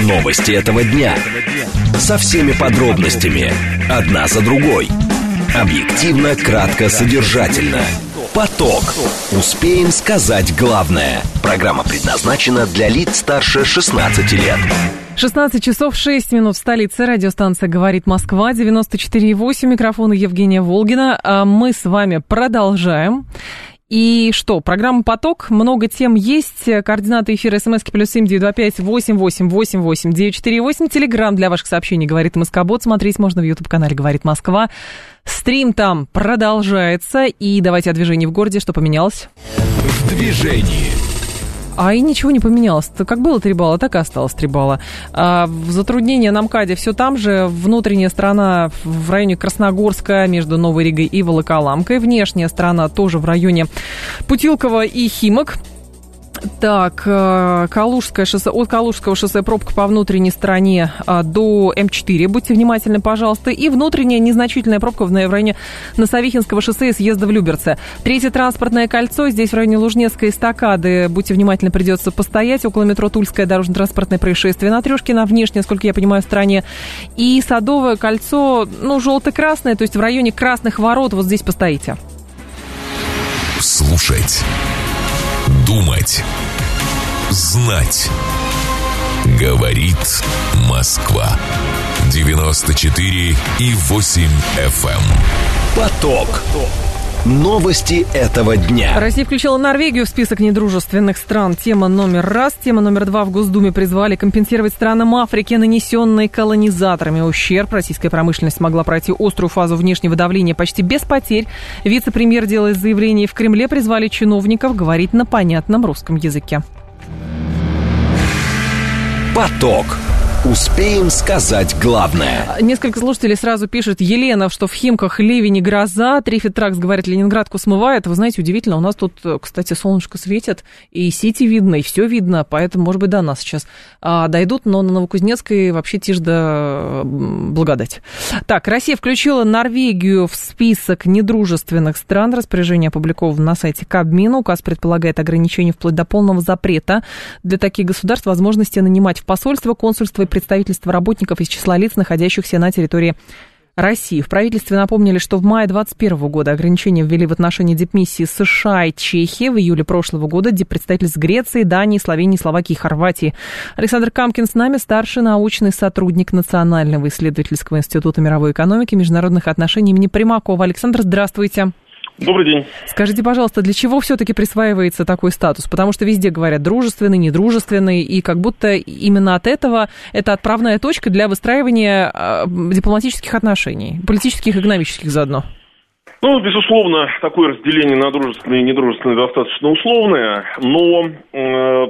Новости этого дня. Со всеми подробностями. Одна за другой. Объективно, кратко, содержательно. Поток. Успеем сказать главное. Программа предназначена для лиц старше 16 лет. 16 часов 6 минут в столице. Радиостанция «Говорит Москва», 94,8. Микрофон Евгения Волгина. А мы с вами продолжаем. И что, программа «Поток», много тем есть. Координаты эфира СМСки +7 925 88 88 948. Телеграм для ваших сообщений «Говорит Москобот». Смотреть можно в YouTube-канале «Говорит Москва». Стрим там продолжается. И давайте о движении в городе. Что поменялось? В движении. А и ничего не поменялось. Как было 3 балла, так и осталось 3 балла. Затруднения на МКАДе все там же. Внутренняя сторона в районе Красногорска между Новой Ригой и Волоколамкой. Внешняя сторона тоже в районе Путилково и Химок. Так, Калужское шоссе, от Калужского шоссе пробка по внутренней стороне до М4. Будьте внимательны, пожалуйста. И внутренняя незначительная пробка в районе Носовихинского шоссе и съезда в Люберцы. Третье транспортное кольцо, здесь в районе Лужнецкой эстакады. Будьте внимательны, придется постоять. Около метро Тульское дорожно-транспортное происшествие на Трёшкино, внешней, насколько я понимаю, стороне. И Садовое кольцо, желто-красное, то есть в районе Красных ворот. Вот здесь постоите. Слушать. Думать. Знать. Говорит Москва. 94,8 FM. Поток. Новости этого дня. Россия включила Норвегию в список недружественных стран. Тема номер 1. Тема номер 2. В Госдуме призвали компенсировать странам Африки нанесенный колонизаторами ущерб. Российская промышленность смогла пройти острую фазу внешнего давления почти без потерь. Вице-премьер делает заявление в Кремле. Призвали чиновников говорить на понятном русском языке. Поток. Успеем сказать главное. Несколько слушателей сразу пишет: Елена, что в Химках ливень и гроза. Трифитракс говорит, Ленинградку смывает. Вы знаете, удивительно, у нас тут, кстати, солнышко светит, и сити видно, и все видно, поэтому, может быть, до нас сейчас дойдут, но на Новокузнецкой вообще тишь да благодать. Так, Россия включила Норвегию в список недружественных стран. Распоряжение опубликовано на сайте Кабмина. Указ предполагает ограничение вплоть до полного запрета для таких государств возможности нанимать в посольство, консульство и представительства работников из числа лиц, находящихся на территории России. В правительстве напомнили, что в мае 2021 года ограничения ввели в отношении дипмиссии США и Чехии. В июле прошлого года диппредставительств Греции, Дании, Словении, Словакии и Хорватии. Александр Камкин с нами, старший научный сотрудник Национального исследовательского института мировой экономики и международных отношений имени Примакова. Александр, здравствуйте. Добрый день. Скажите, пожалуйста, для чего все-таки присваивается такой статус? Потому что везде говорят дружественный, недружественный, и как будто именно от этого это отправная точка для выстраивания дипломатических отношений, политических и экономических заодно. Безусловно, такое разделение на дружественное и недружественное достаточно условное, но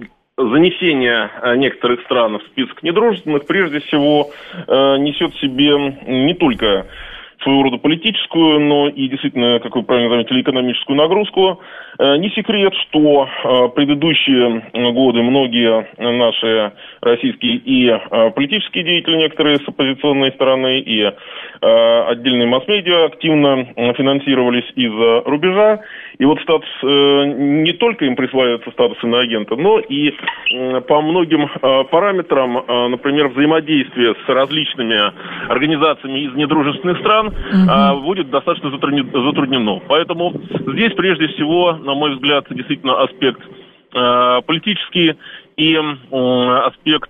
занесение некоторых стран в список недружественных прежде всего несет в себе не только своего рода политическую, но и действительно, как вы правильно заметили, экономическую нагрузку. Не секрет, что предыдущие годы многие наши российские и политические деятели, некоторые с оппозиционной стороны, и отдельные масс-медиа активно финансировались из-за рубежа. И вот статус, не только им присваивается статус иноагента, но и по многим параметрам, например, взаимодействие с различными организациями из недружественных стран будет достаточно затруднено. Поэтому здесь, прежде всего, на мой взгляд, действительно аспект политический и аспект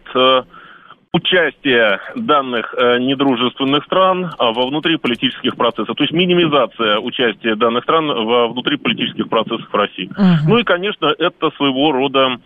участия данных недружественных стран во внутриполитических процессах, то есть минимизация участия данных стран во внутриполитических процессах в России. Ну и, конечно, это своего рода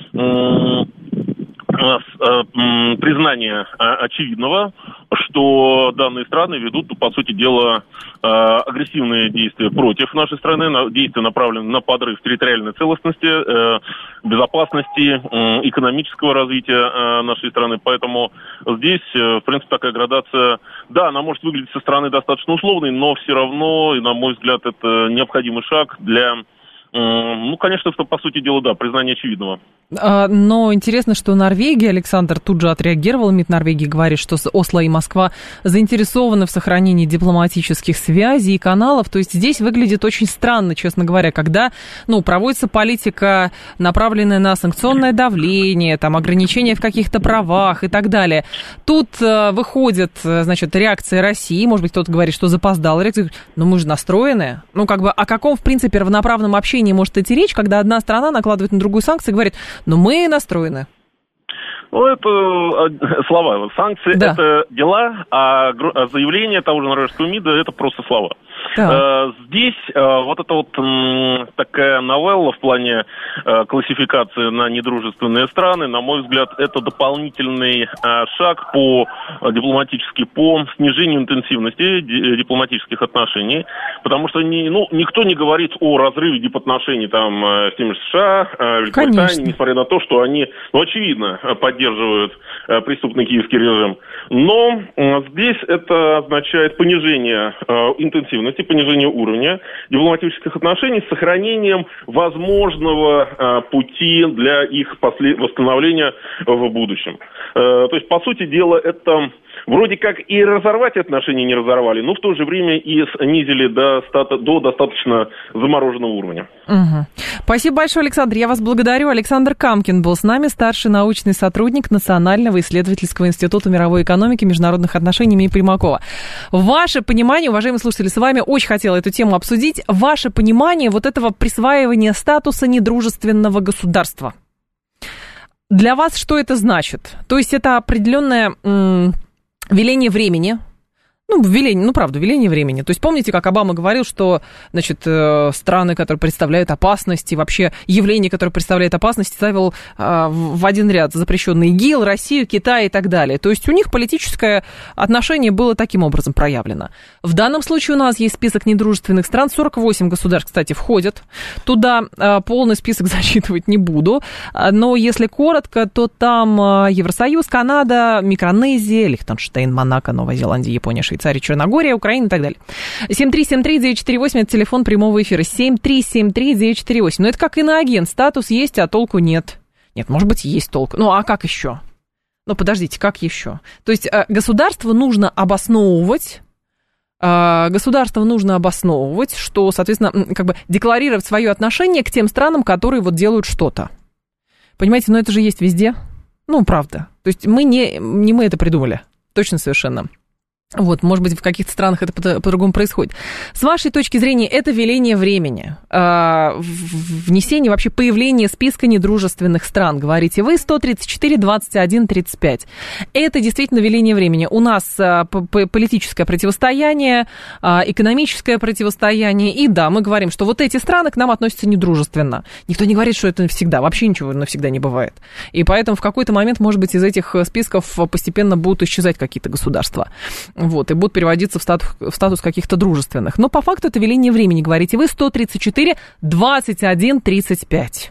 признание очевидного, что данные страны ведут, по сути дела, агрессивные действия против нашей страны, действия направленные на подрыв территориальной целостности, безопасности, экономического развития нашей страны. Поэтому здесь, в принципе, такая градация, да, она может выглядеть со стороны достаточно условной, но все равно, и на мой взгляд, это необходимый шаг для Конечно, это, по сути дела, да, признание очевидного. Но интересно, что Норвегия, Александр тут же отреагировал, МИД Норвегии говорит, что Осло и Москва заинтересованы в сохранении дипломатических связей и каналов. То есть здесь выглядит очень странно, честно говоря, когда проводится политика, направленная на санкционное давление, там, ограничения в каких-то правах и так далее. Тут выходит, значит, реакция России, может быть, кто-то говорит, что запоздала реакция, но мы же настроены. О каком, в принципе, равноправном общении может идти речь, когда одна страна накладывает на другую санкции и говорит, но мы настроены. Это слова. Санкции да. Это дела, а заявление того же норвежского МИДа это просто слова. Да. Здесь вот эта вот такая новелла в плане классификации на недружественные страны, на мой взгляд, это дополнительный шаг по снижению интенсивности дипломатических отношений, потому что никто не говорит о разрыве дипотношений там с теми же США, Великобританией, несмотря на то, что они, очевидно, поддерживают преступный киевский режим. Но здесь это означает понижение интенсивности, понижение уровня дипломатических отношений с сохранением возможного пути для их восстановления в будущем. То есть, по сути дела, это вроде как и разорвать отношения не разорвали, но в то же время и снизили до достаточно замороженного уровня. Угу. Спасибо большое, Александр. Я вас благодарю. Александр Камкин был с нами, старший научный сотрудник Национального исследовательского института мировой экономики и международных отношений имени Примакова. Ваше понимание, уважаемые слушатели, с вами очень хотела эту тему обсудить. Ваше понимание вот этого присваивания статуса недружественного государства. Для вас что это значит? То есть это определенное веление времени. Веление времени. То есть помните, как Обама говорил, что, значит, страны, которые представляют опасность, и вообще явление, которое представляет опасность, ставил в один ряд запрещенный ИГИЛ, Россию, Китай и так далее. То есть у них политическое отношение было таким образом проявлено. В данном случае у нас есть список недружественных стран, 48 государств, кстати, входят. Туда полный список зачитывать не буду, но если коротко, то там Евросоюз, Канада, Микронезия, Лихтенштейн, Монако, Новая Зеландия, Япония, Швейцария, Черногория, Украина и так далее. 7373948, это телефон прямого эфира. 7373948. Но это как иноагент. Статус есть, а толку нет. Нет, может быть, есть толк. А как еще? Подождите, как еще? То есть государству нужно обосновывать, что, соответственно, декларировать свое отношение к тем странам, которые делают что-то. Понимаете, это же есть везде. Правда. То есть не мы это придумали. Точно совершенно. Может быть, в каких-то странах это по-другому происходит. С вашей точки зрения, это веление времени, внесение, вообще появление списка недружественных стран, говорите вы, 134-21-35. Это действительно веление времени. У нас политическое противостояние, экономическое противостояние, и да, мы говорим, что вот эти страны к нам относятся недружественно. Никто не говорит, что это навсегда, вообще ничего навсегда не бывает. И поэтому в какой-то момент, может быть, из этих списков постепенно будут исчезать какие-то государства. И будут переводиться в статус каких-то дружественных. Но по факту это веление времени, говорите вы, 134-21-35.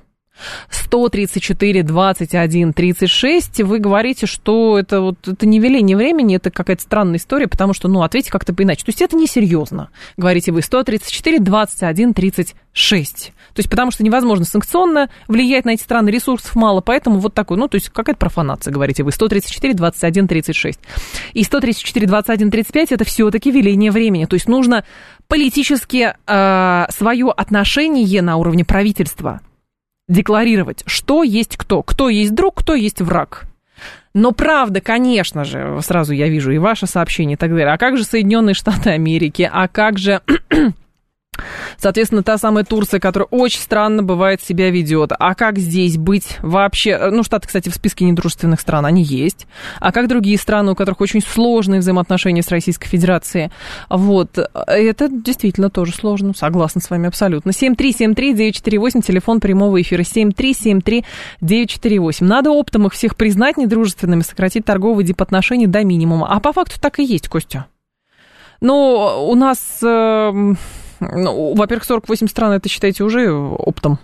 134-21-36, вы говорите, что это не веление времени, это какая-то странная история, потому что, ответьте как-то поиначе. То есть это несерьезно, говорите вы, 134-21-36. То есть потому что невозможно санкционно влиять на эти страны, ресурсов мало, поэтому такой, то есть какая-то профанация, говорите вы, 134-21-36. И 134-21-35 это все-таки веление времени, то есть нужно политически свое отношение на уровне правительства декларировать, что есть кто есть друг, кто есть враг. Но правда, конечно же, сразу я вижу и ваше сообщение и так далее, а как же Соединенные Штаты Америки, а как же, соответственно, та самая Турция, которая очень странно бывает себя ведет, а как здесь быть вообще, Штаты, кстати, в списке недружественных стран, они есть, а как другие страны, у которых очень сложные взаимоотношения с Российской Федерацией, это действительно тоже сложно, согласна с вами абсолютно. 7373948, телефон прямого эфира, 7373948. Надо оптом их всех признать недружественными, сократить торговые дипотношения до минимума, а по факту так и есть, Костя. Но у нас... во-первых, 48 стран, это, считайте, уже оптом.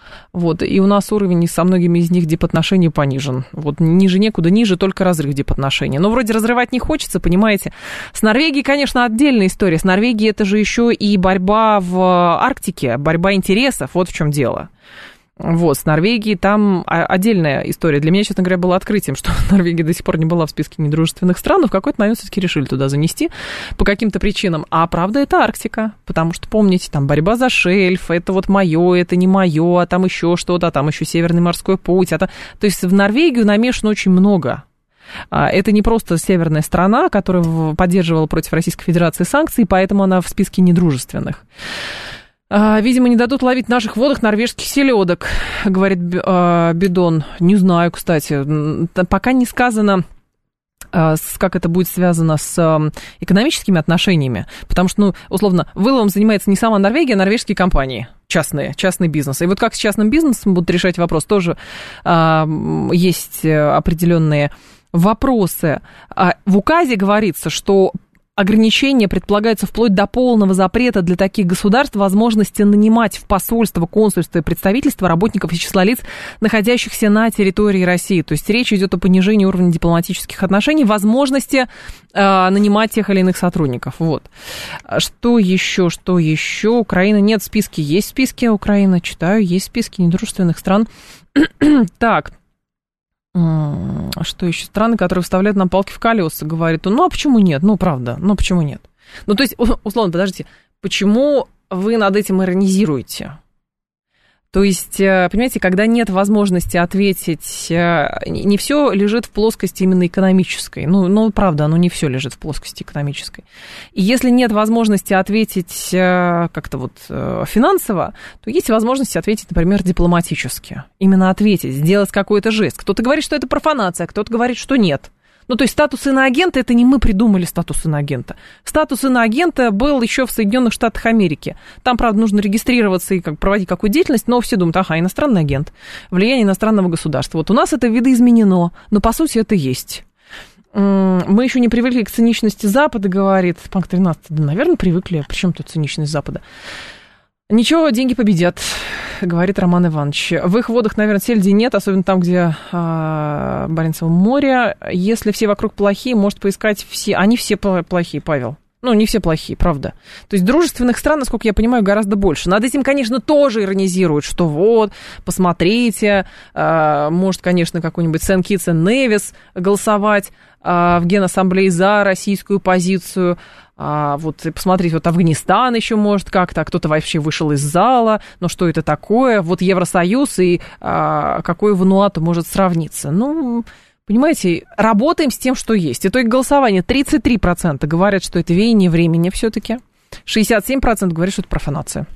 Вот, и у нас уровень со многими из них дипотношений понижен. Вот ниже некуда, ниже только разрыв дипотношений. Но вроде разрывать не хочется, понимаете. С Норвегией, конечно, отдельная история. С Норвегией это же еще и борьба в Арктике, борьба интересов, вот в чем дело. Вот, с Норвегией там отдельная история. Для меня, честно говоря, было открытием, что Норвегия до сих пор не была в списке недружественных стран, но в какой-то момент все-таки решили туда занести по каким-то причинам. А правда, это Арктика, потому что, помните, там борьба за шельф, это вот мое, это не мое, а там еще что-то, а там еще Северный морской путь. То есть в Норвегию намешано очень много. Это не просто северная страна, которая поддерживала против Российской Федерации санкции, поэтому она в списке недружественных. Видимо, не дадут ловить в наших водах норвежских селедок, говорит Бидон. Не знаю, кстати. Пока не сказано, как это будет связано с экономическими отношениями. Потому что, условно, выловом занимается не сама Норвегия, а норвежские компании. Частный бизнес. И вот как с частным бизнесом будут решать вопрос, тоже есть определенные вопросы. В указе говорится, что ограничения предполагаются вплоть до полного запрета для таких государств возможности нанимать в посольство, консульство и представительство работников из числа лиц, находящихся на территории России. То есть речь идет о понижении уровня дипломатических отношений, возможности нанимать тех или иных сотрудников. Вот. Что еще? Украина нет в списке. Есть в списке Украина, читаю, есть в списке недружественных стран. Так. Что еще? Страны, которые вставляют нам палки в колеса, говорит он. Ну, а почему нет? Ну, правда, почему нет? Ну, то есть, условно, подождите, почему вы над этим иронизируете? То есть, понимаете, когда нет возможности ответить, не все лежит в плоскости именно экономической. Ну, правда, оно не все лежит в плоскости экономической. И если нет возможности ответить как-то вот финансово, то есть возможность ответить, например, дипломатически. Именно ответить, сделать какой-то жест. Кто-то говорит, что это профанация, кто-то говорит, что нет. Ну, то есть статус иноагента, это не мы придумали статус иноагента. Статус иноагента был еще в Соединенных Штатах Америки. Там, правда, нужно регистрироваться и проводить какую деятельность, но все думают, ага, иностранный агент, влияние иностранного государства. Вот у нас это видоизменено, но по сути это есть. Мы еще не привыкли к циничности Запада, говорит Панк 13. Да, наверное, привыкли. Причем тут циничность Запада? Ничего, деньги победят, говорит Роман Иванович. В их водах, наверное, сельди нет, особенно там, где Баренцево море. Если все вокруг плохие, может поискать все. Они все плохие, Павел. Ну, не все плохие, правда. То есть дружественных стран, насколько я понимаю, гораздо больше. Над этим, конечно, тоже иронизируют, что вот, посмотрите, может, конечно, какой-нибудь Сен-Китс энд Невис голосовать в Генассамблее за российскую позицию. Вот посмотрите, вот Афганистан еще может как-то, а кто-то вообще вышел из зала, но что это такое? Вот Евросоюз и какой Вануату может сравниться? Ну, понимаете, работаем с тем, что есть. Итоги голосования: 33% говорят, что это веяние времени все-таки, 67% говорят, что это профанация.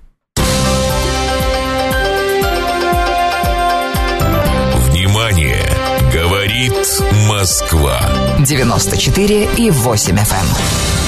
Внимание! Говорит Москва. 94,8 FM.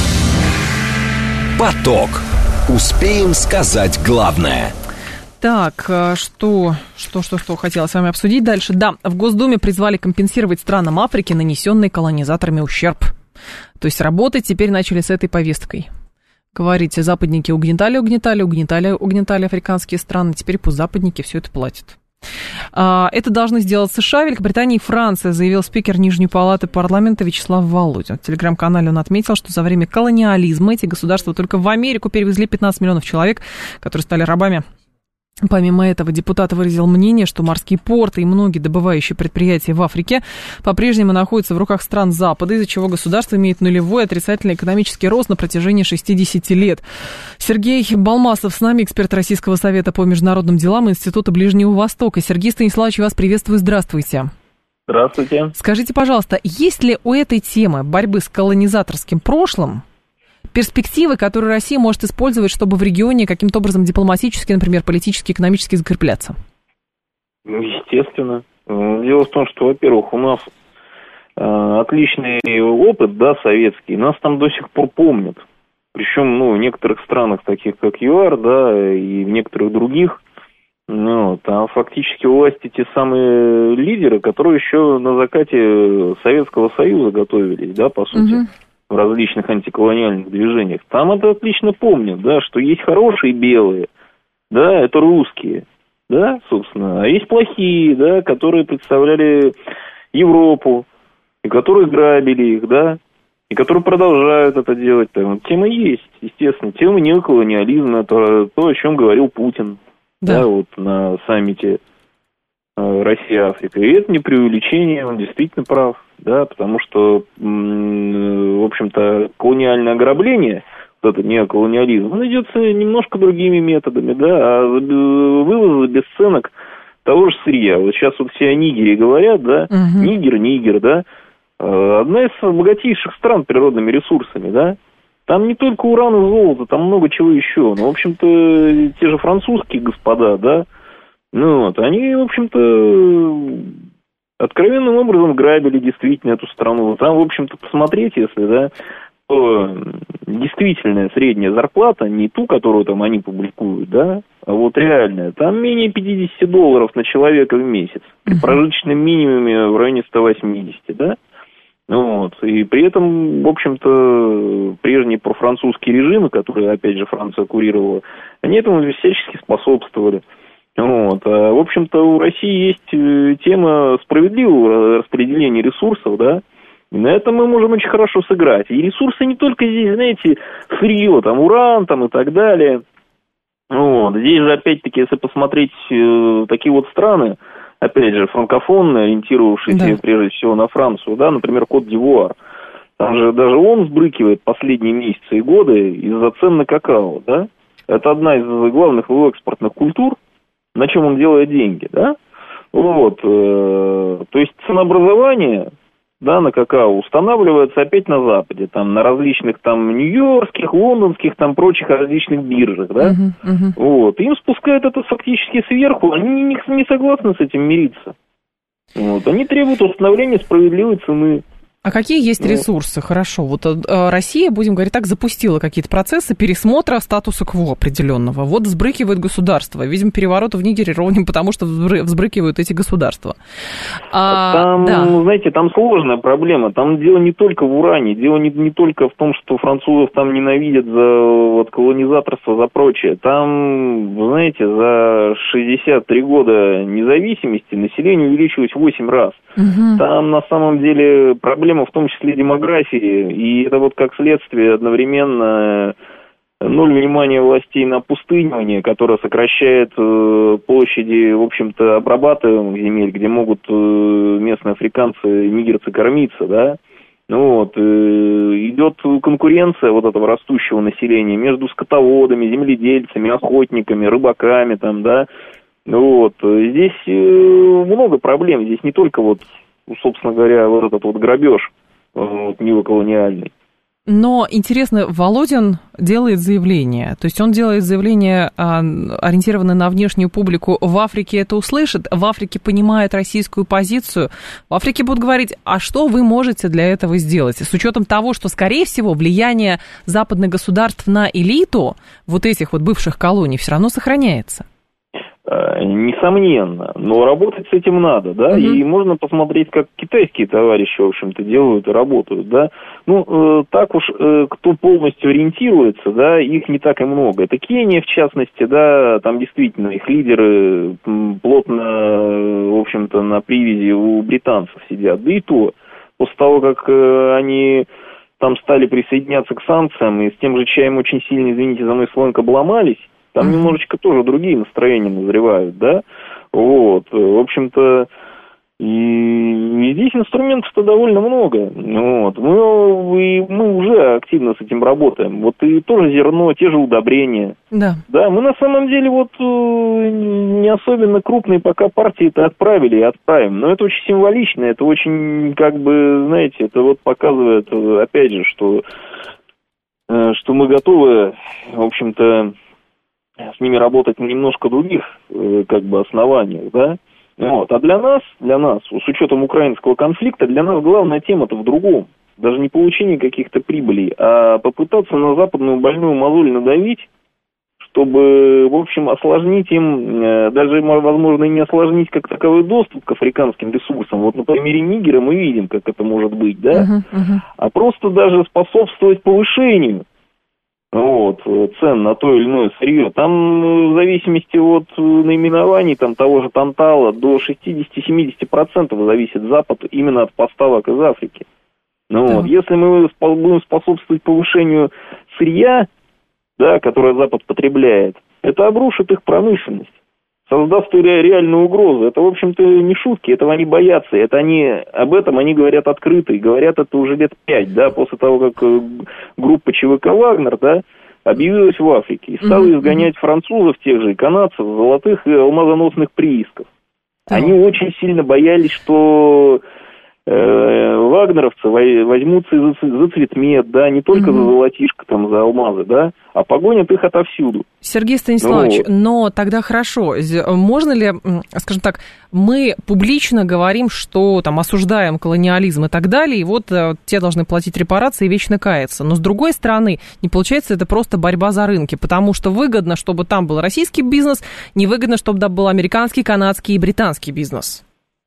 Поток. Успеем сказать главное. Так, что хотела с вами обсудить дальше? Да, в Госдуме призвали компенсировать странам Африки нанесенный колонизаторами ущерб. То есть работать теперь начали с этой повесткой. Говорите, западники угнетали африканские страны, теперь пусть западники все это платят. Это должны сделать США, Великобритания и Франция, заявил спикер Нижней палаты парламента Вячеслав Володин. В телеграм-канале он отметил, что за время колониализма эти государства только в Америку перевезли 15 миллионов человек, которые стали рабами. Помимо этого, депутат выразил мнение, что морские порты и многие добывающие предприятия в Африке по-прежнему находятся в руках стран Запада, из-за чего государство имеет нулевой отрицательный экономический рост на протяжении 60 лет. Сергей Балмасов с нами, эксперт Российского совета по международным делам Института Ближнего Востока. Сергей Станиславович, вас приветствую, здравствуйте. Здравствуйте. Скажите, пожалуйста, есть ли у этой темы борьбы с колонизаторским прошлым перспективы, которые Россия может использовать, чтобы в регионе каким-то образом дипломатически, например, политически, экономически закрепляться? Ну, естественно. Дело в том, что, во-первых, у нас отличный опыт, да, советский, нас там до сих пор помнят. Причем, в некоторых странах, таких как ЮАР, да, и в некоторых других, там фактически власти те самые лидеры, которые еще на закате Советского Союза готовились, да, по сути. В различных антиколониальных движениях. Там это отлично помнят, да, что есть хорошие белые, да, это русские, да, собственно, а есть плохие, да, которые представляли Европу, и которые грабили их, да, и которые продолжают это делать. Тема есть, естественно, тема неоколониализма, это то, о чем говорил Путин, да, вот на саммите Россия-Африка. И это не преувеличение, он действительно прав, да, потому что, в общем-то, колониальное ограбление, вот это неоколониализм, он идет немножко другими методами, да, а вывоз за бесценок того же сырья. Вот сейчас вот все о Нигере говорят, да, Нигер, да, одна из богатейших стран природными ресурсами, да. Там не только уран и золото, там много чего еще. Ну, в общем-то, те же французские господа, да, ну вот, они, в общем-то, откровенным образом грабили действительно эту страну. Там, в общем-то, посмотреть, если, да, то действительная средняя зарплата, не ту, которую там они публикуют, да, а вот реальная, там менее $50 на человека в месяц. При прожиточном минимуме в районе 180, да. Вот. И при этом, в общем-то, прежние профранцузские режимы, которые, опять же, Франция курировала, они этому всячески способствовали. Вот. А, в общем-то, у России есть тема справедливого распределения ресурсов, да, и на этом мы можем очень хорошо сыграть. И ресурсы не только здесь, знаете, сырье, там, уран, там, и так далее. Вот. Здесь же, опять-таки, если посмотреть такие вот страны, опять же, франкофонные, ориентировавшиеся прежде всего на Францию, да, например, Кот-д'Ивуар. Там же даже он взбрыкивает последние месяцы и годы из-за цен на какао, да. Это одна из главных его экспортных культур, на чем он делает деньги, да. Вот, то есть ценообразование, да, на какао устанавливается опять на Западе, там, на различных, там, нью-йоркских, лондонских, там, прочих различных биржах, да, вот, им спускают это фактически сверху, они не согласны с этим мириться, вот, они требуют установления справедливой цены. А какие есть ресурсы? Хорошо, вот Россия, будем говорить так, запустила какие-то процессы пересмотра статуса КВО определенного. Вот взбрыкивает государство. Видимо, переворот в Нигере ровно потому, что взбрыкивают эти государства. Там, знаете, там сложная проблема. Там дело не только в уране, дело не только в том, что французов там ненавидят за вот, колонизаторство, за прочее. Там, вы знаете, за 63 года независимости население увеличилось в 8 раз. Там на самом деле проблема в том числе демографии, и это вот как следствие одновременно ноль внимания властей на опустынивание, которое сокращает площади, в общем-то, обрабатываемых земель, где могут местные африканцы, нигерцы кормиться, да. Ну вот, идет конкуренция вот этого растущего населения между скотоводами, земледельцами, охотниками, рыбаками, там, да. Вот, здесь много проблем, здесь не только вот, собственно говоря, вот этот вот грабеж вот, неоколониальный. Но интересно, Володин делает заявление, то есть он делает заявление, ориентированное на внешнюю публику. В Африке это услышат, в Африке понимают российскую позицию, в Африке будут говорить, а что вы можете для этого сделать? С учетом того, что, скорее всего, влияние западных государств на элиту вот этих вот бывших колоний все равно сохраняется. Несомненно, но работать с этим надо, да, и можно посмотреть, как китайские товарищи, в общем-то, делают и работают, да. Ну, так уж, кто полностью ориентируется, да, их не так и много. Это Кения, в частности, да, там действительно их лидеры плотно, в общем-то, на привязи у британцев сидят, да и то, после того, как они там стали присоединяться к санкциям и с тем же чаем очень сильно, извините за мой сленг, обломались, там немножечко тоже другие настроения назревают, да, вот, в общем-то, и здесь инструментов-то довольно много, вот, мы уже активно с этим работаем, вот и тоже зерно, те же удобрения, да, мы на самом деле вот не особенно крупные пока партии-то отправили и отправим, но это очень символично, это очень, как бы, знаете, это вот показывает, опять же, что мы готовы, в общем-то, с ними работать на немножко других, как бы, основаниях, да. Вот. А для нас, с учетом украинского конфликта, для нас главная тема-то в другом. Даже не получение каких-то прибылей, а попытаться на западную больную мозоль надавить, чтобы, в общем, осложнить им, даже, возможно, и не осложнить как таковой доступ к африканским ресурсам. Вот на примере Нигера мы видим, как это может быть, да. А просто даже способствовать повышению цен на то или иное сырье. Там в зависимости от наименований того же тантала до 60-70% зависит Запад именно от поставок из Африки. Если мы будем способствовать повышению сырья, да, которое Запад потребляет, это обрушит их промышленность, создаст реальную угрозу. Это, в общем-то, не шутки, этого они боятся. Об этом они говорят открыто, и говорят это уже лет 5, да, после того, как группа ЧВК «Вагнер», да, объявилась в Африке и стала изгонять французов, тех же, и канадцев, золотых и алмазоносных приисков. Они очень сильно боялись, что вагнеровцы возьмутся за цветмет, да, не только за золотишко, за алмазы, да, а погонят их отовсюду. Сергей Станиславович, но тогда хорошо, можно ли, скажем так, мы публично говорим, что осуждаем колониализм и так далее, и те должны платить репарации и вечно каяться, но с другой стороны, не получается это просто борьба за рынки, потому что выгодно, чтобы там был российский бизнес, невыгодно, чтобы там был американский, канадский и британский бизнес.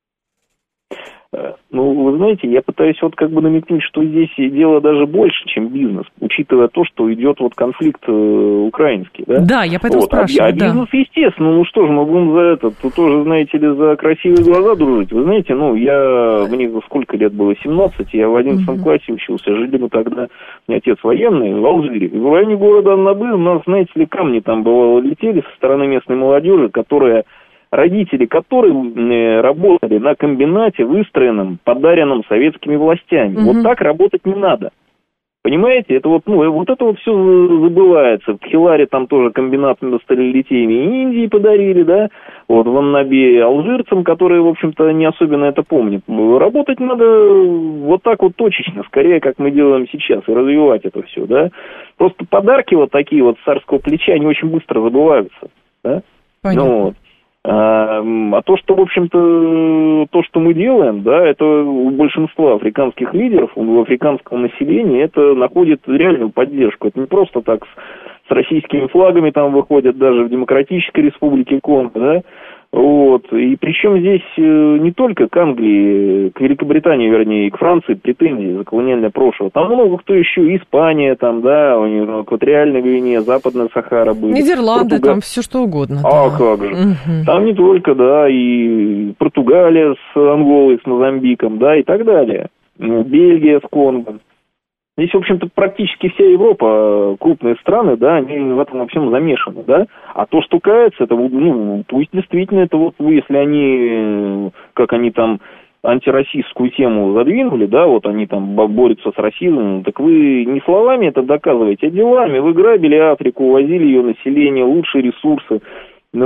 Вы знаете, я пытаюсь намекнуть, что здесь дело даже больше, чем бизнес, учитывая то, что идет конфликт украинский, да? Да, я поэтому спрашиваю, бизнес, естественно, что же, мы будем за это, тоже, знаете ли, за красивые глаза дружить. Вы знаете, мне сколько лет было, 17, я в 11 классе учился, жили мы тогда, у меня отец военный, в Алжире. И в районе города Аннабы у нас, знаете ли, камни там бывало летели со стороны местной молодежи, родители которых работали на комбинате, выстроенном, подаренном советскими властями. Вот так работать не надо. Понимаете, это это все забывается. В Хиларе там тоже комбинат сталелитейный и Индии подарили, да, в Аннабе алжирцам, которые, в общем-то, не особенно это помнят. Работать надо так точечно, скорее, как мы делаем сейчас, и развивать это все, да. Просто подарки такие с царского плеча, они очень быстро забываются, да. Понятно. А то, что, в общем-то, то, что мы делаем, да, это у большинства африканских лидеров, у африканского населения, это находит реальную поддержку. Это не просто так с российскими флагами там выходят, даже в Демократической Республике Конго, да. И причем здесь не только к Англии, к Великобритании, вернее, и к Франции претензии за колониальное прошлое. Там много кто еще, Испания, да, у них Экваториальная Гвинея, Западная Сахара были. Нидерланды, там все что угодно. А как же. Там не только, да, и Португалия с Анголой, с Мозамбиком, да, и так далее. Бельгия с Конго. Здесь, в общем-то, практически вся Европа, крупные страны, да, они в этом во всем замешаны, да. А то, что кается, это, пусть действительно, это если они, как они там антироссийскую тему задвинули, да, они там борются с расизмом, так вы не словами это доказываете, а делами. Вы грабили Африку, увозили ее население, лучшие ресурсы. И,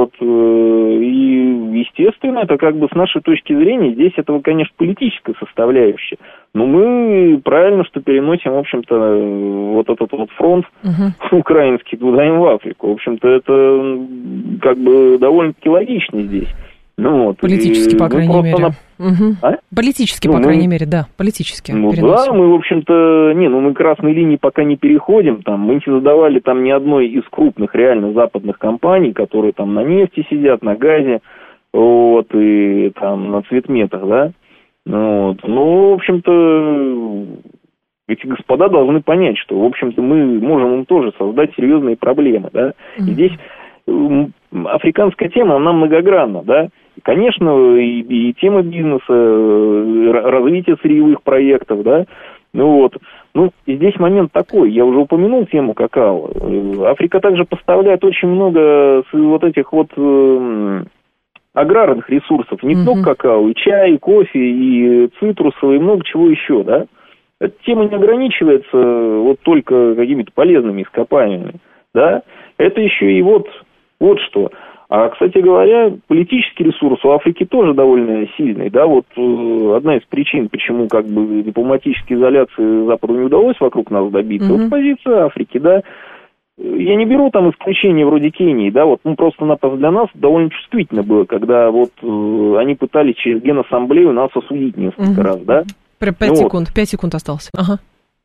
естественно, это с нашей точки зрения, здесь это, конечно, политическая составляющая. Но мы правильно, что переносим, в общем-то, этот фронт украинский туда и в Африку. В общем-то, это довольно-таки логично здесь. Политически, по крайней мере. Политически, по крайней мере, да, политически. Да, мы, в общем-то, мы красной линии пока не переходим, мы не создавали ни одной из крупных реально западных компаний, которые на нефти сидят, на газе, и на цветметах, да. В общем-то, эти господа должны понять, что, в общем-то, мы можем им тоже создать серьезные проблемы, да. И здесь африканская тема, она многогранна, да. Конечно, и тема бизнеса, развитие сырьевых проектов, да, и здесь момент такой, я уже упомянул тему какао. Африка также поставляет очень много этих аграрных ресурсов, не только какао, и чай, и кофе, и цитрусовые, и много чего еще, да. Эта тема не ограничивается только какими-то полезными ископаемыми, да. Это еще и что. А, кстати говоря, политический ресурс у Африки тоже довольно сильный, да, одна из причин, почему дипломатической изоляции Западу не удалось вокруг нас добиться, позиция Африки, да. Я не беру исключения вроде Кении, да, просто-напросто для нас довольно чувствительно было, когда они пытались через Генассамблею нас осудить несколько раз, да. 5 секунд осталось. Ага.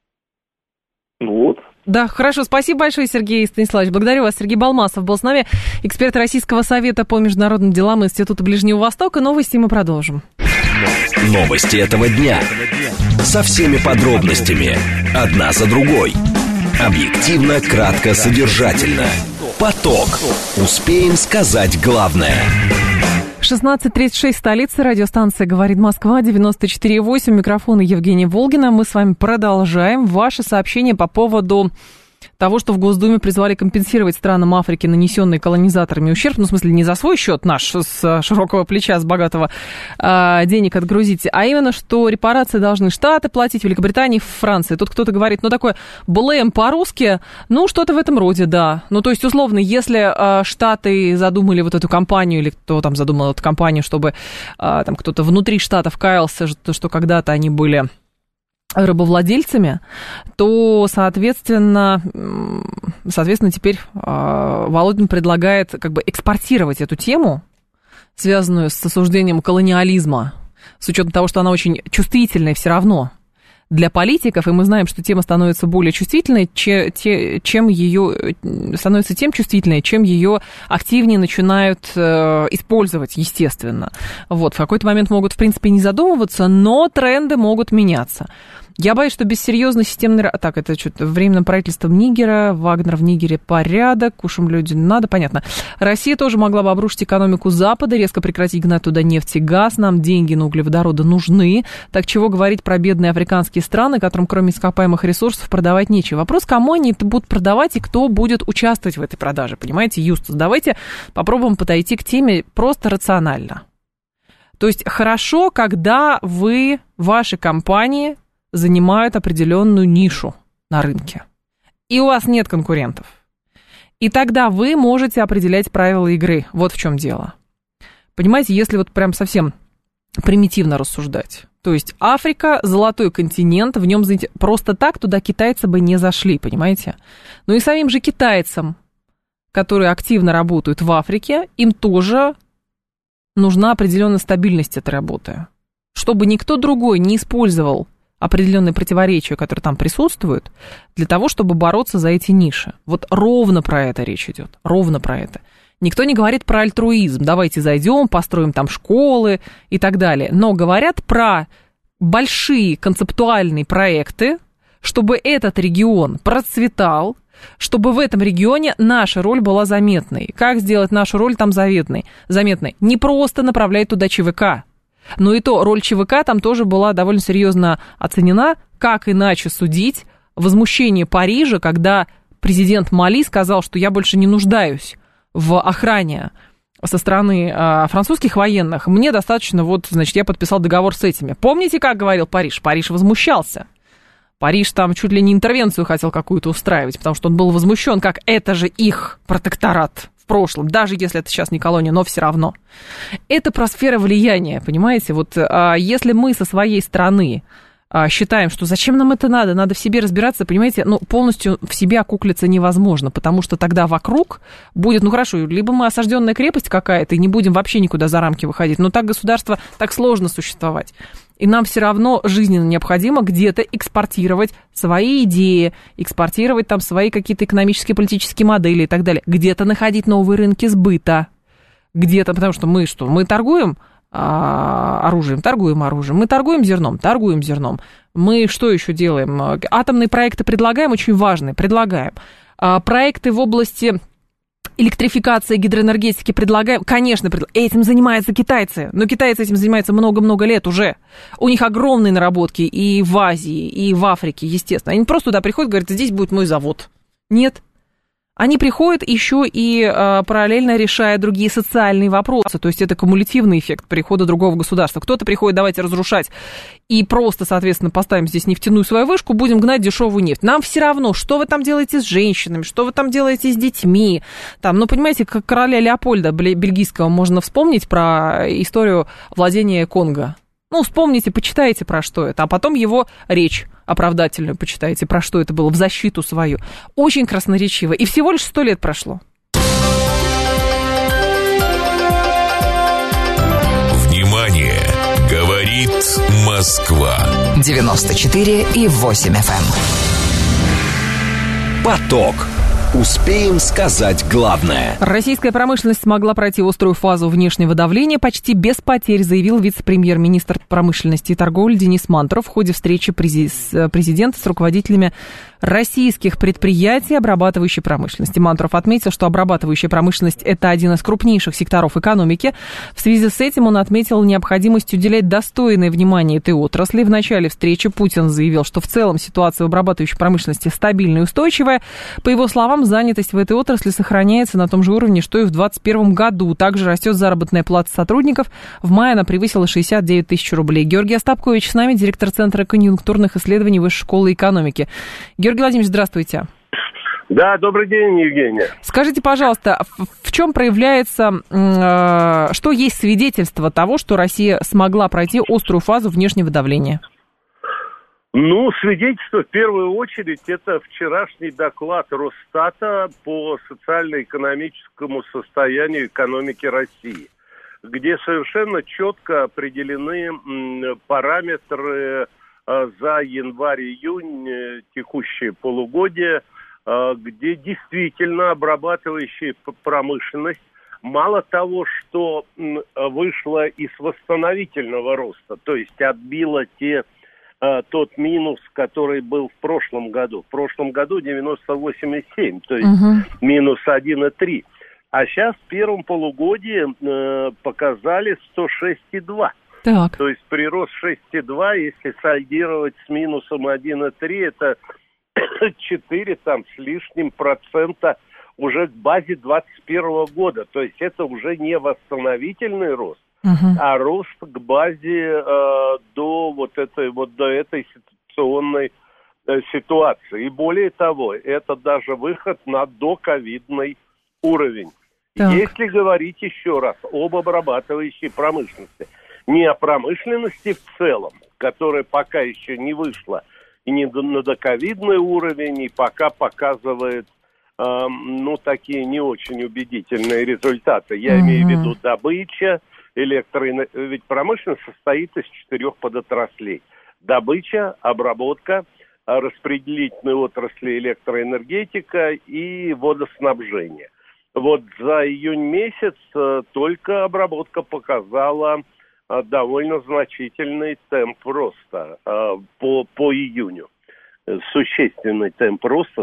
Да, хорошо, спасибо большое, Сергей Станиславович. Благодарю вас. Сергей Балмасов был с нами, эксперт Российского совета по международным делам Института Ближнего Востока. Новости мы продолжим. Новости этого дня. Со всеми подробностями. Одна за другой. Объективно, кратко, содержательно. Поток. Успеем сказать главное. 16:36, столица, радиостанция «Говорит Москва», 94,8, микрофон Евгения Волгина. Мы с вами продолжаем. Ваши сообщения по поводу того, что в Госдуме призвали компенсировать странам Африки нанесенный колонизаторами ущерб, ну, в смысле, не за свой счет наш, с широкого плеча, с богатого, денег отгрузить, а именно, что репарации должны Штаты платить, Великобритания, Франция. Тут кто-то говорит, ну, такое блэм по-русски, ну, что-то в этом роде, да. Ну, то есть, условно, если Штаты задумали вот эту кампанию, или кто там задумал эту кампанию, чтобы там кто-то внутри Штатов каялся, что когда-то они были рабовладельцами, то, соответственно, теперь Володин предлагает как бы экспортировать эту тему, связанную с осуждением колониализма, с учетом того, что она очень чувствительная все равно для политиков, и мы знаем, что тема становится более чувствительной, чем ее становится тем чувствительнее, чем ее активнее начинают использовать, естественно. Вот, в какой-то момент могут, в принципе, не задумываться, но тренды могут меняться. Я боюсь, что без серьезной системной... Так, это что-то временным правительством Нигера, Вагнер в Нигере порядок, кушам людям надо, понятно. Россия тоже могла бы обрушить экономику Запада, резко прекратить гнать туда нефть и газ, нам деньги на углеводороды нужны. Так чего говорить про бедные африканские страны, которым кроме ископаемых ресурсов продавать нечего. Вопрос, кому они это будут продавать и кто будет участвовать в этой продаже, понимаете, Юстас? Давайте попробуем подойти к теме просто рационально. То есть хорошо, когда ваши компании занимают определенную нишу на рынке, и у вас нет конкурентов. И тогда вы можете определять правила игры. Вот в чем дело. Понимаете, если вот прям совсем примитивно рассуждать, то есть Африка, золотой континент, в нем просто так туда китайцы бы не зашли, понимаете? Ну и самим же китайцам, которые активно работают в Африке, им тоже нужна определенная стабильность этой работы. Чтобы никто другой не использовал определенные противоречия, которые там присутствуют, для того, чтобы бороться за эти ниши. Вот ровно про это речь идет, ровно про это. Никто не говорит про альтруизм, давайте зайдем, построим там школы и так далее, но говорят про большие концептуальные проекты, чтобы этот регион процветал, чтобы в этом регионе наша роль была заметной. Как сделать нашу роль там заметной? Не просто направлять туда ЧВК, но и то роль ЧВК там тоже была довольно серьезно оценена. Как иначе судить возмущение Парижа, когда президент Мали сказал, что я больше не нуждаюсь в охране со стороны французских военных, мне достаточно, я подписал договор с этими. Помните, как говорил Париж? Париж возмущался. Париж там чуть ли не интервенцию хотел какую-то устраивать, потому что он был возмущен, как это же их протекторат в прошлом, даже если это сейчас не колония, но все равно. Это про сферы влияния, понимаете? Если мы со своей стороны считаем, что зачем нам это надо в себе разбираться, понимаете, полностью в себе окуклиться невозможно, потому что тогда вокруг будет, хорошо, либо мы осажденная крепость какая-то, и не будем вообще никуда за рамки выходить, но так государство, так сложно существовать. И нам все равно жизненно необходимо где-то экспортировать свои идеи, экспортировать там свои какие-то экономические, политические модели и так далее, где-то находить новые рынки сбыта, где-то, потому что мы торгуем оружием, мы торгуем зерном, мы что еще делаем? Атомные проекты предлагаем, очень важные, проекты в области электрификации, гидроэнергетики предлагаем, конечно, этим занимаются китайцы, но китайцы этим занимаются много-много лет уже, у них огромные наработки и в Азии, и в Африке, естественно, они просто туда приходят, говорят, здесь будет мой завод, нет. Они приходят еще и параллельно решая другие социальные вопросы, то есть это кумулятивный эффект прихода другого государства. Кто-то приходит, давайте разрушать и просто, соответственно, поставим здесь нефтяную свою вышку, будем гнать дешевую нефть. Нам все равно, что вы там делаете с женщинами, что вы там делаете с детьми. Понимаете, как короля Леопольда бельгийского можно вспомнить про историю владения Конго. Вспомните, почитайте, про что это, а потом его речь оправдательную почитайте, про что это было, в защиту свою. Очень красноречиво. И всего лишь 100 лет прошло. Внимание! Говорит Москва. 94,8 FM. Поток. Успеем сказать главное. Российская промышленность смогла пройти острую фазу внешнего давления почти без потерь, заявил вице-премьер-министр промышленности и торговли Денис Мантуров в ходе встречи президента с руководителями российских предприятий обрабатывающей промышленности. Мантуров отметил, что обрабатывающая промышленность – это один из крупнейших секторов экономики. В связи с этим он отметил необходимость уделять достойное внимание этой отрасли. В начале встречи Путин заявил, что в целом ситуация в обрабатывающей промышленности стабильная и устойчивая. По его словам, занятость в этой отрасли сохраняется на том же уровне, что и в 2021 году. Также растет заработная плата сотрудников. В мае она превысила 69 тысяч рублей. Георгий Остапкович с нами, директор Центра конъюнктурных исследований Высшей школы экономики. Георгий Владимирович, здравствуйте. Да, добрый день, Евгения. Скажите, пожалуйста, в чем проявляется, что есть свидетельство того, что Россия смогла пройти острую фазу внешнего давления? Свидетельство в первую очередь это вчерашний доклад Росстата по социально-экономическому состоянию экономики России, где совершенно четко определены параметры за январь-июнь текущее полугодие, где действительно обрабатывающая промышленность мало того, что вышла из восстановительного роста, то есть отбила тот минус, который был в прошлом году. В прошлом году 98,7, то есть минус 1,3. А сейчас в первом полугодии показали 106,2. Так. То есть прирост 6,2, если сольдировать с минусом 1,3, это 4 там с лишним процента уже к базе 2021 года. То есть это уже не восстановительный рост, а рост к базе до этой ситуационной ситуации. И более того, это даже выход на доковидный уровень. Так. Если говорить еще раз об обрабатывающей промышленности, не о промышленности в целом, которая пока еще не вышла и не на доковидный уровень, и пока показывает такие не очень убедительные результаты. Я имею в виду добыча, ведь промышленность состоит из 4 подотраслей. Добыча, обработка, распределительные отрасли, электроэнергетика и водоснабжение. Вот за июнь месяц только обработка показала довольно значительный темп роста по июню. Существенный темп роста,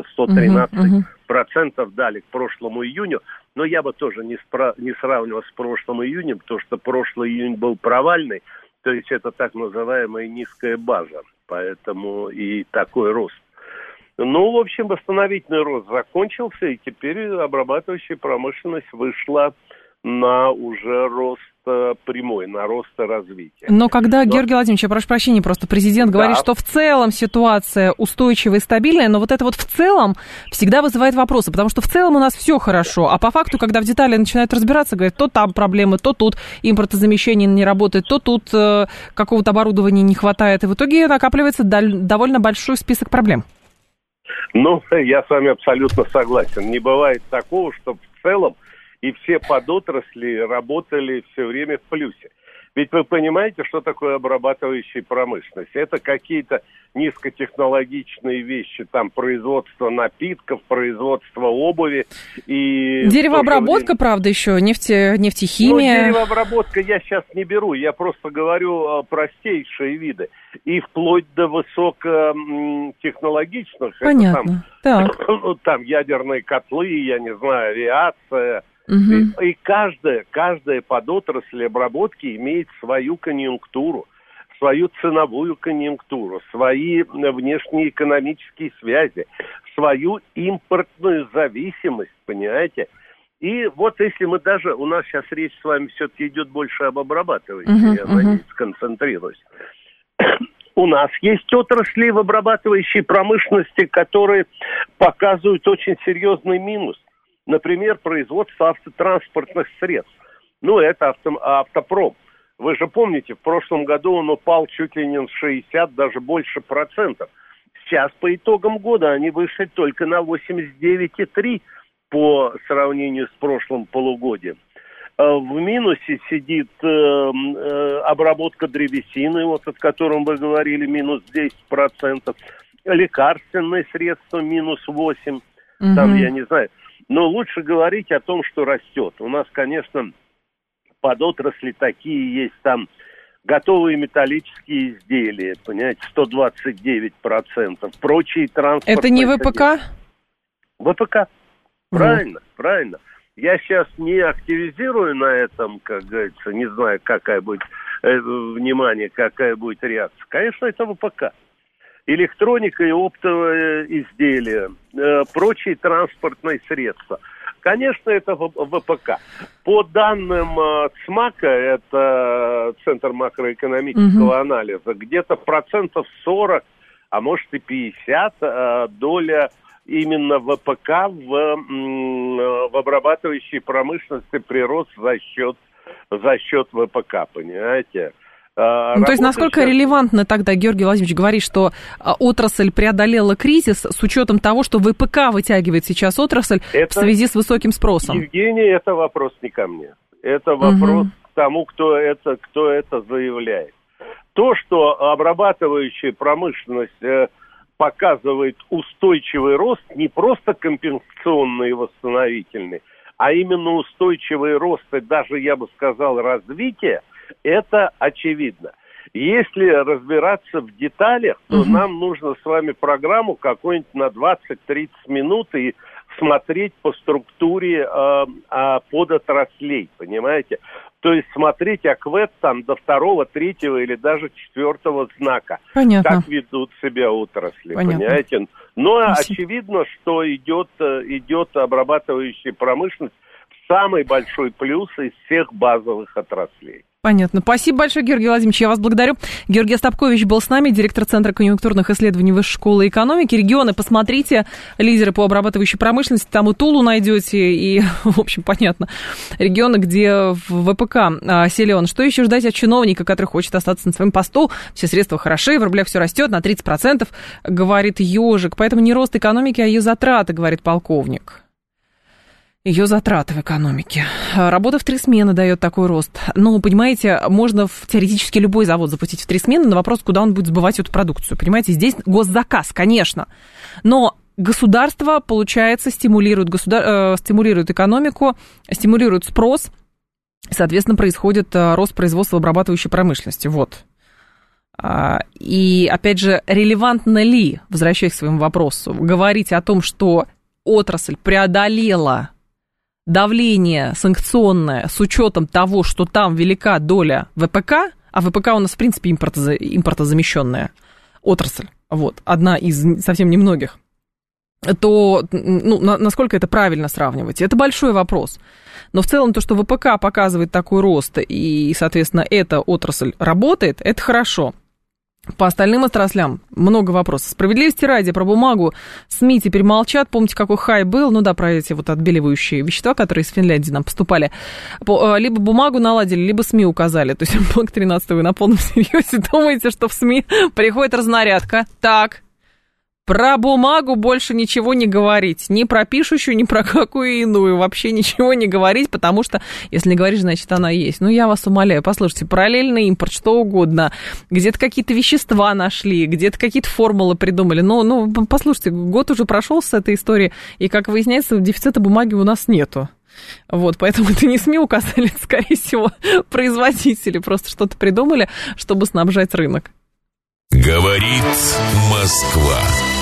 113% дали к прошлому июню. Но я бы тоже не сравнивал с прошлым июнем, потому что прошлый июнь был провальный. То есть это так называемая низкая база. Поэтому и такой рост. В общем, восстановительный рост закончился, и теперь обрабатывающая промышленность вышла на уже рост прямой, на рост развития. Но когда, Георгий Владимирович, я прошу прощения, просто президент говорит, что в целом ситуация устойчивая и стабильная, но вот это вот в целом всегда вызывает вопросы, потому что в целом у нас все хорошо, а по факту, когда в детали начинают разбираться, говорят, то там проблемы, то тут импортозамещение не работает, то тут какого-то оборудования не хватает, и в итоге накапливается довольно большой список проблем. Я с вами абсолютно согласен. Не бывает такого, что в целом и все подотрасли работали все время в плюсе. Ведь вы понимаете, что такое обрабатывающая промышленность? Это какие-то низкотехнологичные вещи, там производство напитков, производство обуви и... Деревообработка, правда, еще, нефтехимия. Деревообработка я сейчас не беру, я просто говорю простейшие виды. И вплоть до высокотехнологичных. Понятно. Там ядерные котлы, я не знаю, авиация. И каждая подотрасль обработки имеет свою конъюнктуру, свою ценовую конъюнктуру, свои внешние экономические связи, свою импортную зависимость, понимаете? И вот если мы даже, у нас сейчас речь с вами все-таки идет больше об обрабатывающей, я надеюсь, сконцентрируюсь. У нас есть отрасли в обрабатывающей промышленности, которые показывают очень серьезный минус. Например, производство автотранспортных средств. Это автопром. Вы же помните, в прошлом году он упал чуть ли не на 60, даже больше процентов. Сейчас по итогам года они вышли только на 89,3 по сравнению с прошлым полугодием. В минусе сидит обработка древесины, о котором вы говорили, минус 10%. Лекарственные средства минус 8%. там, я не знаю. Но лучше говорить о том, что растет. У нас, конечно, подотрасли такие есть, там готовые металлические изделия, понимаете, 129%. Прочие транспортные... Это не ВПК? ВПК. Правильно, правильно. Я сейчас не активизирую на этом, как говорится, не знаю, какая будет внимание, какая будет реакция. Конечно, это ВПК. Электроника и оптовые изделия, прочие транспортные средства. Конечно, это ВПК. По данным ЦМАКа, это Центр макроэкономического анализа, где-то 40%, а может и 50% доля именно ВПК в обрабатывающей промышленности прирост за счет ВПК, понимаете? То есть насколько релевантно тогда, Георгий Владимирович говорит, что отрасль преодолела кризис с учетом того, что ВПК вытягивает сейчас отрасль в связи с высоким спросом? Евгений, это вопрос не ко мне. Это вопрос к тому, кто это заявляет. То, что обрабатывающая промышленность показывает устойчивый рост, не просто компенсационный и восстановительный, а именно устойчивый рост и даже, я бы сказал, развитие, это очевидно. Если разбираться в деталях, то нам нужно с вами программу какую-нибудь на 20-30 минут и смотреть по структуре подотраслей, понимаете? То есть смотреть ОКВЭД там до 2-го, 3-го или даже 4-го знака. Понятно. Как ведут себя отрасли, понимаете? Но очевидно, что идет обрабатывающая промышленность в самый большой плюс из всех базовых отраслей. Понятно. Спасибо большое, Георгий Владимирович, я вас благодарю. Георгий Остапкович был с нами, директор Центра конъюнктурных исследований Высшей школы экономики. Регионы, посмотрите, лидеры по обрабатывающей промышленности, там и Тулу найдете, и, в общем, понятно, регионы, где в ВПК силен. Что еще ждать от чиновника, который хочет остаться на своем посту? Все средства хороши, в рублях все растет на 30%, говорит Ежик. Поэтому не рост экономики, а ее затраты, говорит полковник. Ее затраты в экономике. Работа в 3 смены дает такой рост. Ну, понимаете, можно теоретически любой завод запустить в 3 смены, но вопрос, куда он будет сбывать эту продукцию. Понимаете, здесь госзаказ, конечно. Но государство, получается, стимулирует экономику, стимулирует спрос. Соответственно, происходит рост производства в обрабатывающей промышленности. Вот. И, опять же, релевантно ли, возвращаясь к своему вопросу, говорить о том, что отрасль преодолела давление санкционное с учетом того, что там велика доля ВПК, а ВПК у нас, в принципе, импортозамещенная отрасль, вот, одна из совсем немногих, то насколько это правильно сравнивать? Это большой вопрос. Но в целом то, что ВПК показывает такой рост, и, соответственно, эта отрасль работает, это хорошо. По остальным отраслям много вопросов. Справедливости ради, про бумагу СМИ теперь молчат. Помните, какой хай был? Ну да, про эти вот отбеливающие вещества, которые из Финляндии нам поступали. Либо бумагу наладили, либо СМИ указали. То есть, блок 13 вы на полном серьезе думаете, что в СМИ приходит разнарядка. Так, про бумагу больше ничего не говорить. Ни про пишущую, ни про какую иную. Вообще ничего не говорить, потому что, если не говоришь, значит, она есть. Ну, я вас умоляю, послушайте, параллельный импорт, что угодно. Где-то какие-то вещества нашли, где-то какие-то формулы придумали. Ну, послушайте, год уже прошел с этой истории, и, как выясняется, дефицита бумаги у нас нету. Вот, поэтому это не СМИ указали, это, скорее всего, производители просто что-то придумали, чтобы снабжать рынок. Говорит Москва.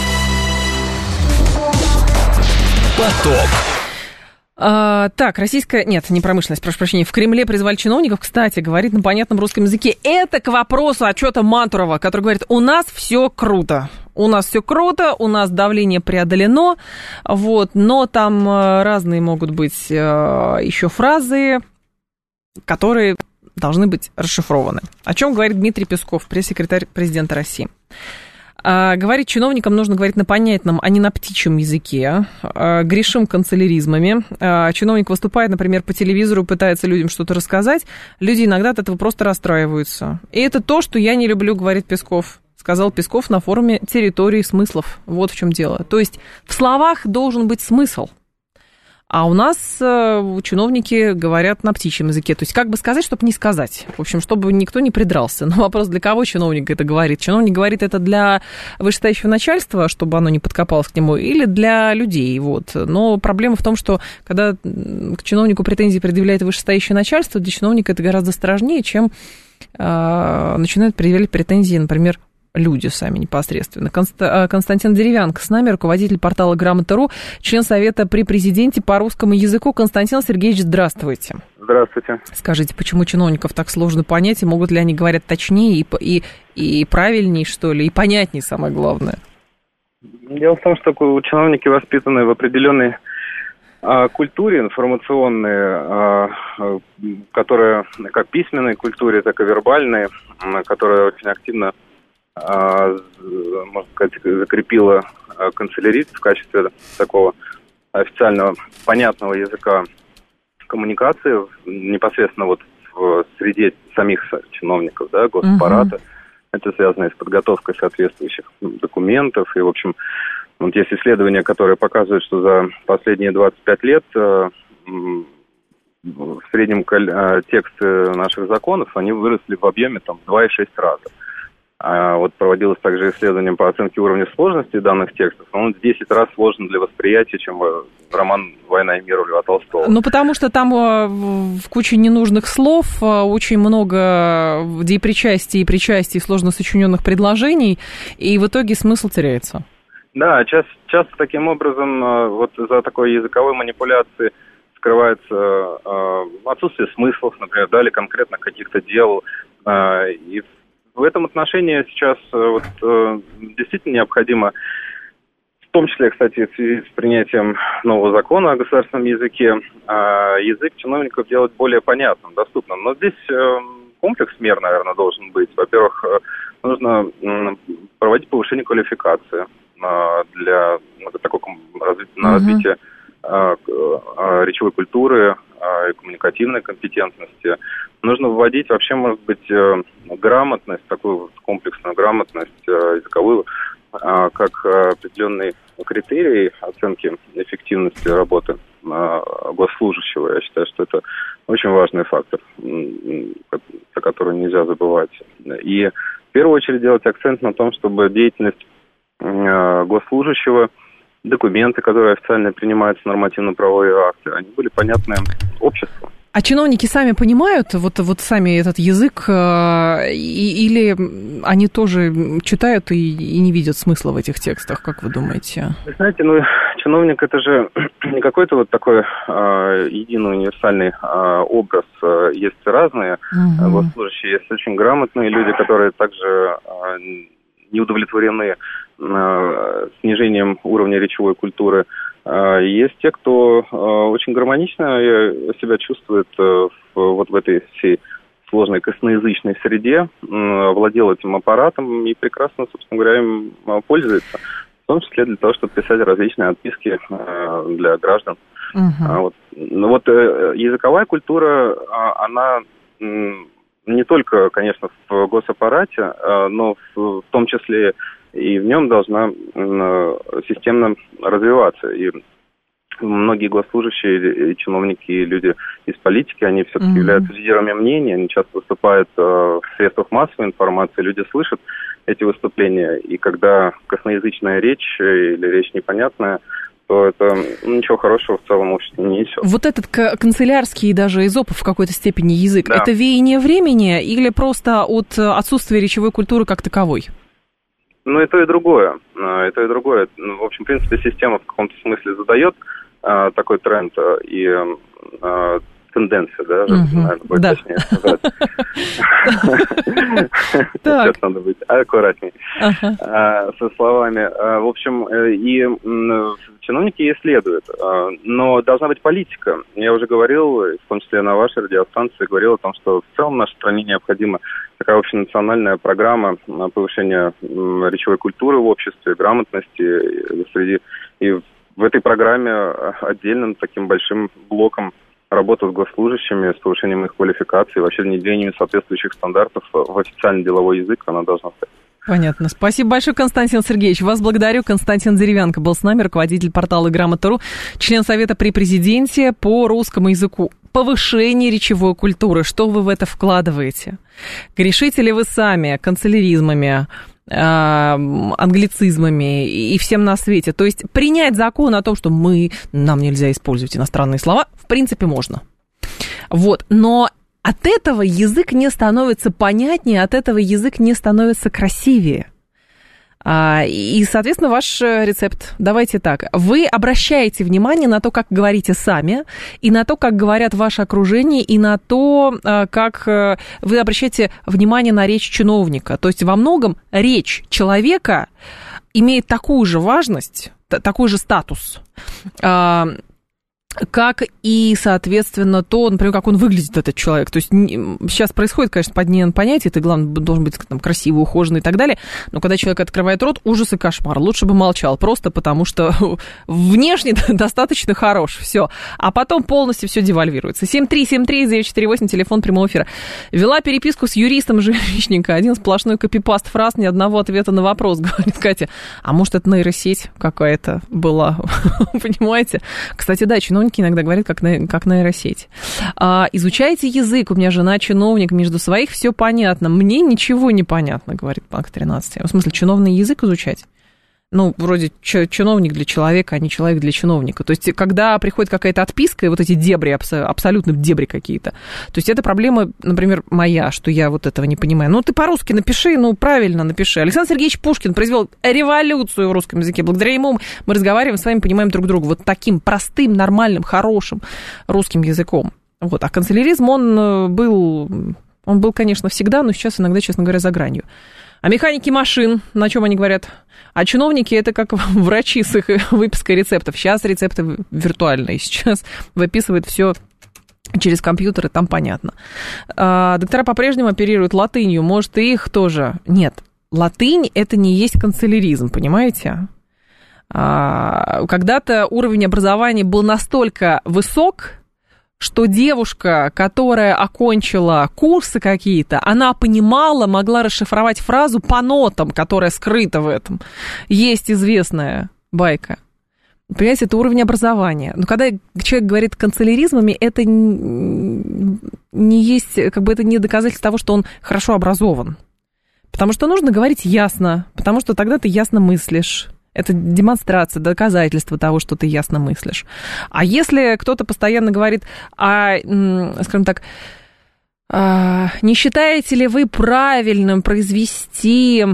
Поток. Так, российская... Нет, не промышленность, прошу прощения. В Кремле призвали чиновников, кстати, говорит на понятном русском языке. Это к вопросу отчета Мантурова, который говорит, у нас все круто. У нас все круто, у нас давление преодолено, вот, но там разные могут быть еще фразы, которые должны быть расшифрованы. О чем говорит Дмитрий Песков, пресс-секретарь президента России. Говорит, чиновникам нужно говорить на понятном, а не на птичьем языке. Грешим канцеляризмами. Чиновник выступает, например, по телевизору, пытается людям что-то рассказать. Люди иногда от этого просто расстраиваются. И это то, что я не люблю, говорит Песков. Сказал Песков на форуме «Территории смыслов». Вот в чем дело. То есть в словах должен быть смысл. А у нас чиновники говорят на птичьем языке. То есть как бы сказать, чтобы не сказать. В общем, чтобы никто не придрался. Но вопрос, для кого чиновник это говорит? Чиновник говорит это для вышестоящего начальства, чтобы оно не подкопалось к нему, или для людей. Вот. Но проблема в том, что когда к чиновнику претензии предъявляет вышестоящее начальство, для чиновника это гораздо страшнее, чем начинают предъявлять претензии, например, люди сами непосредственно. Константин Деревянко с нами, руководитель портала Грамота.ру, член Совета при президенте по русскому языку. Константин Сергеевич, здравствуйте. Здравствуйте. Скажите, почему чиновников так сложно понять, и могут ли они говорить точнее и правильнее, что ли, и понятнее, самое главное? Дело в том, что чиновники воспитаны в определенной культуре информационной, которая как письменной культуре, так и вербальной, которая очень активно, можно сказать, закрепила канцелярит в качестве такого официального понятного языка коммуникации непосредственно вот в среде самих чиновников, да, госаппарата. Это связано и с подготовкой соответствующих документов. И, в общем, вот есть исследования, которые показывают, что за последние 25 лет в среднем тексты наших законов, они выросли в объеме там, в 2,6 раза. А вот проводилось также исследование по оценке уровня сложности данных текстов. Он в 10 раз сложен для восприятия, чем роман «Война и мир» у Льва Толстого. Ну, потому что там в куче ненужных слов, очень много деепричастий и причастий, сложно сочиненных предложений, и в итоге смысл теряется. Да, часто таким образом вот за такой языковой манипуляцией скрывается отсутствие смыслов, например, или конкретно каких-то дел. И в этом отношении сейчас действительно необходимо, в том числе, кстати, в связи с принятием нового закона о государственном языке, язык чиновников делать более понятным, доступным. Но здесь комплекс мер, наверное, должен быть. Во-первых, нужно проводить повышение квалификации для такого развития речевой культуры и коммуникативной компетентности. Нужно вводить вообще, может быть, грамотность, такую комплексную грамотность языковую, как определенный критерий оценки эффективности работы госслужащего. Я считаю, что это очень важный фактор, о котором нельзя забывать. И в первую очередь делать акцент на том, чтобы деятельность госслужащего, документы, которые официально принимаются, нормативно-правовые акты, они были понятны обществу. А чиновники сами понимают вот сами этот язык, или они тоже читают и не видят смысла в этих текстах, как вы думаете? Вы знаете, чиновник это же не какой-то вот такой единый универсальный образ. Есть разные госслужащие, есть очень грамотные люди, которые также не удовлетворены снижением уровня речевой культуры. Есть те, кто очень гармонично себя чувствует вот в этой всей сложной косноязычной среде, владел этим аппаратом и прекрасно, собственно говоря, им пользуется, в том числе для того, чтобы писать различные отписки для граждан. Языковая культура, она не только, конечно, в госаппарате, но в том числе и в нем должна системно развиваться. И многие госслужащие, и чиновники, и люди из политики, они все-таки являются лидерами мнений, они часто выступают в средствах массовой информации, люди слышат эти выступления, и когда косноязычная речь или речь непонятная, то это ничего хорошего в целом обществе не несет. Вот этот канцелярский даже эзопов в какой-то степени язык, да. Это веяние времени или просто от отсутствия речевой культуры как таковой? И то, и другое. В общем, в принципе, система в каком-то смысле задает такой тренд и тенденция, да, наверное, будет точнее сказать. Сейчас надо быть аккуратнее со словами. В общем, и чиновники исследуют, но должна быть политика. Я уже говорил, в том числе на вашей радиостанции, говорил о том, что в целом в нашей стране необходима такая общенациональная программа повышения речевой культуры в обществе, грамотности среди. И в этой программе отдельным таким большим блоком работа с госслужащими, с повышением их квалификации, вообще внедрением соответствующих стандартов в официальный деловой язык она должна стать. Понятно. Спасибо большое, Константин Сергеевич. Вас благодарю. Константин Деревянко был с нами, руководитель портала Грамота.ру, член Совета при президенте по русскому языку. Повышение речевой культуры. Что вы в это вкладываете? Грешите ли вы сами канцеляризмами, англицизмами и всем на свете? То есть принять закон о том, что нам нельзя использовать иностранные слова, в принципе, можно. Вот. Но от этого язык не становится понятнее, от этого язык не становится красивее. И, соответственно, ваш рецепт. Давайте так. Вы обращаете внимание на то, как говорите сами, и на то, как говорят ваше окружение, и на то, как вы обращаете внимание на речь чиновника. То есть во многом речь человека имеет такую же важность, такой же статус, как и, соответственно, то, например, как он выглядит, этот человек. То есть сейчас происходит, конечно, подмен понятий, ты, главное, должен быть там красивый, ухоженный и так далее, но когда человек открывает рот, ужас и кошмар. Лучше бы молчал, просто потому что внешне достаточно хорош, все. А потом полностью все девальвируется. 7373948, телефон прямого эфира. Вела переписку с юристом жилищника, один сплошной копипаст фраз, ни одного ответа на вопрос, говорит Катя. А может, это нейросеть какая-то была, понимаете? Кстати, да, чиновники иногда говорят, как нейросеть. Изучайте язык. У меня жена чиновник, между своих все понятно. Мне ничего не понятно, говорит Банк 13. В смысле, чиновный язык изучать? Ну, вроде чиновник для человека, а не человек для чиновника. То есть, когда приходит какая-то отписка, и вот эти дебри, абсолютно дебри какие-то, то есть, это проблема, например, моя, что я вот этого не понимаю. Ну, ты по-русски напиши, правильно напиши. Александр Сергеевич Пушкин произвел революцию в русском языке. Благодаря ему мы разговариваем с вами, понимаем друг друга вот таким простым, нормальным, хорошим русским языком. Вот. А канцеляризм, он был, конечно, всегда, но сейчас иногда, честно говоря, за гранью. А механики машин, на чем они говорят? А чиновники, это как врачи с их выпиской рецептов. Сейчас рецепты виртуальные, сейчас выписывают все через компьютер, и там понятно. Доктора по-прежнему оперируют латынью, может, и их тоже. Нет, латынь – это не есть канцеляризм, понимаете? Когда-то уровень образования был настолько высок, что девушка, которая окончила курсы какие-то, она понимала, могла расшифровать фразу по нотам, которая скрыта в этом. Есть известная байка. Понимаете, это уровень образования. Но когда человек говорит канцеляризмами, это не есть, как бы это не доказательство того, что он хорошо образован. Потому что нужно говорить ясно, потому что тогда ты ясно мыслишь. Это демонстрация, доказательство того, что ты ясно мыслишь. А если кто-то постоянно говорит, скажем так, не считаете ли вы правильным произвести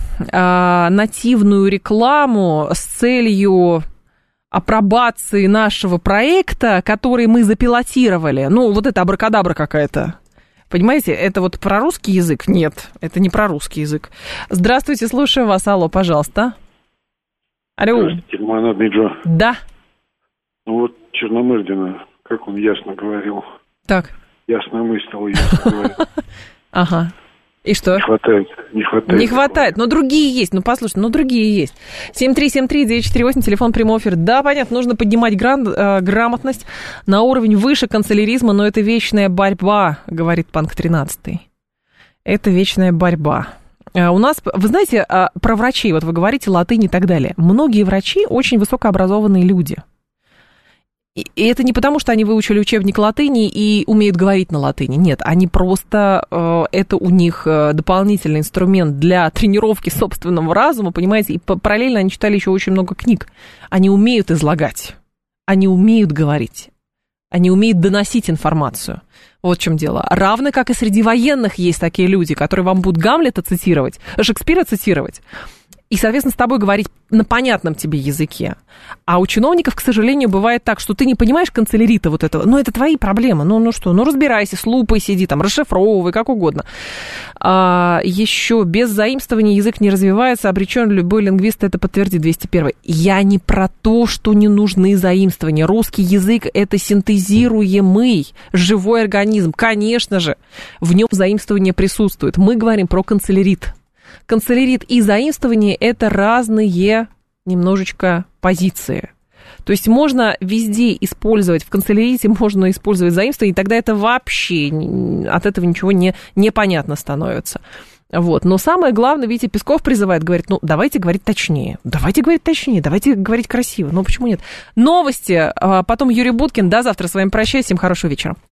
нативную рекламу с целью апробации нашего проекта, который мы запилотировали? Ну, вот это абракадабра какая-то. Понимаете, это вот про русский язык? Нет, это не про русский язык. Здравствуйте, слушаю вас. Алло, пожалуйста. Алло. Здравствуйте, Манадный Джо. Да. Ну вот Черномырдина, как он ясно говорил. Так. Ясно мыслил, ясно говорил. Ага. И что? Не хватает. Не хватает, но другие есть. Ну, послушай, другие есть. 7373948, телефон прямого эфира. Да, понятно, нужно поднимать грамотность на уровень выше канцеляризма, но это вечная борьба, говорит Банк 13. Это вечная борьба. У нас, вы знаете, про врачей, вот вы говорите латынь и так далее. Многие врачи очень высокообразованные люди. И это не потому, что они выучили учебник латыни и умеют говорить на латыни. Нет, они просто, это у них дополнительный инструмент для тренировки собственного разума, понимаете, и параллельно они читали еще очень много книг. Они умеют излагать, они умеют говорить, они умеют доносить информацию. Вот в чем дело. Равно как и среди военных есть такие люди, которые вам будут Гамлета цитировать, Шекспира цитировать, и, соответственно, с тобой говорить на понятном тебе языке. А у чиновников, к сожалению, бывает так, что ты не понимаешь канцелярита вот этого. Ну, это твои проблемы. Ну что, разбирайся, с лупой сиди, там, расшифровывай, как угодно. Еще без заимствования язык не развивается, обречен любой лингвист это подтвердит 201. Я не про то, что не нужны заимствования. Русский язык – это синтезируемый живой организм. Конечно же, в нем заимствование присутствует. Мы говорим про канцелярит. Канцелярит и заимствование – это разные немножечко позиции. То есть можно везде использовать, в канцелярите можно использовать заимствование, и тогда это вообще от этого ничего не понятно становится. Вот. Но самое главное, Витя Песков призывает, говорит, ну, давайте говорить точнее, давайте говорить красиво. Ну, почему нет? Новости, потом Юрий Буткин. До завтра с вами прощаюсь. Всем хорошего вечера.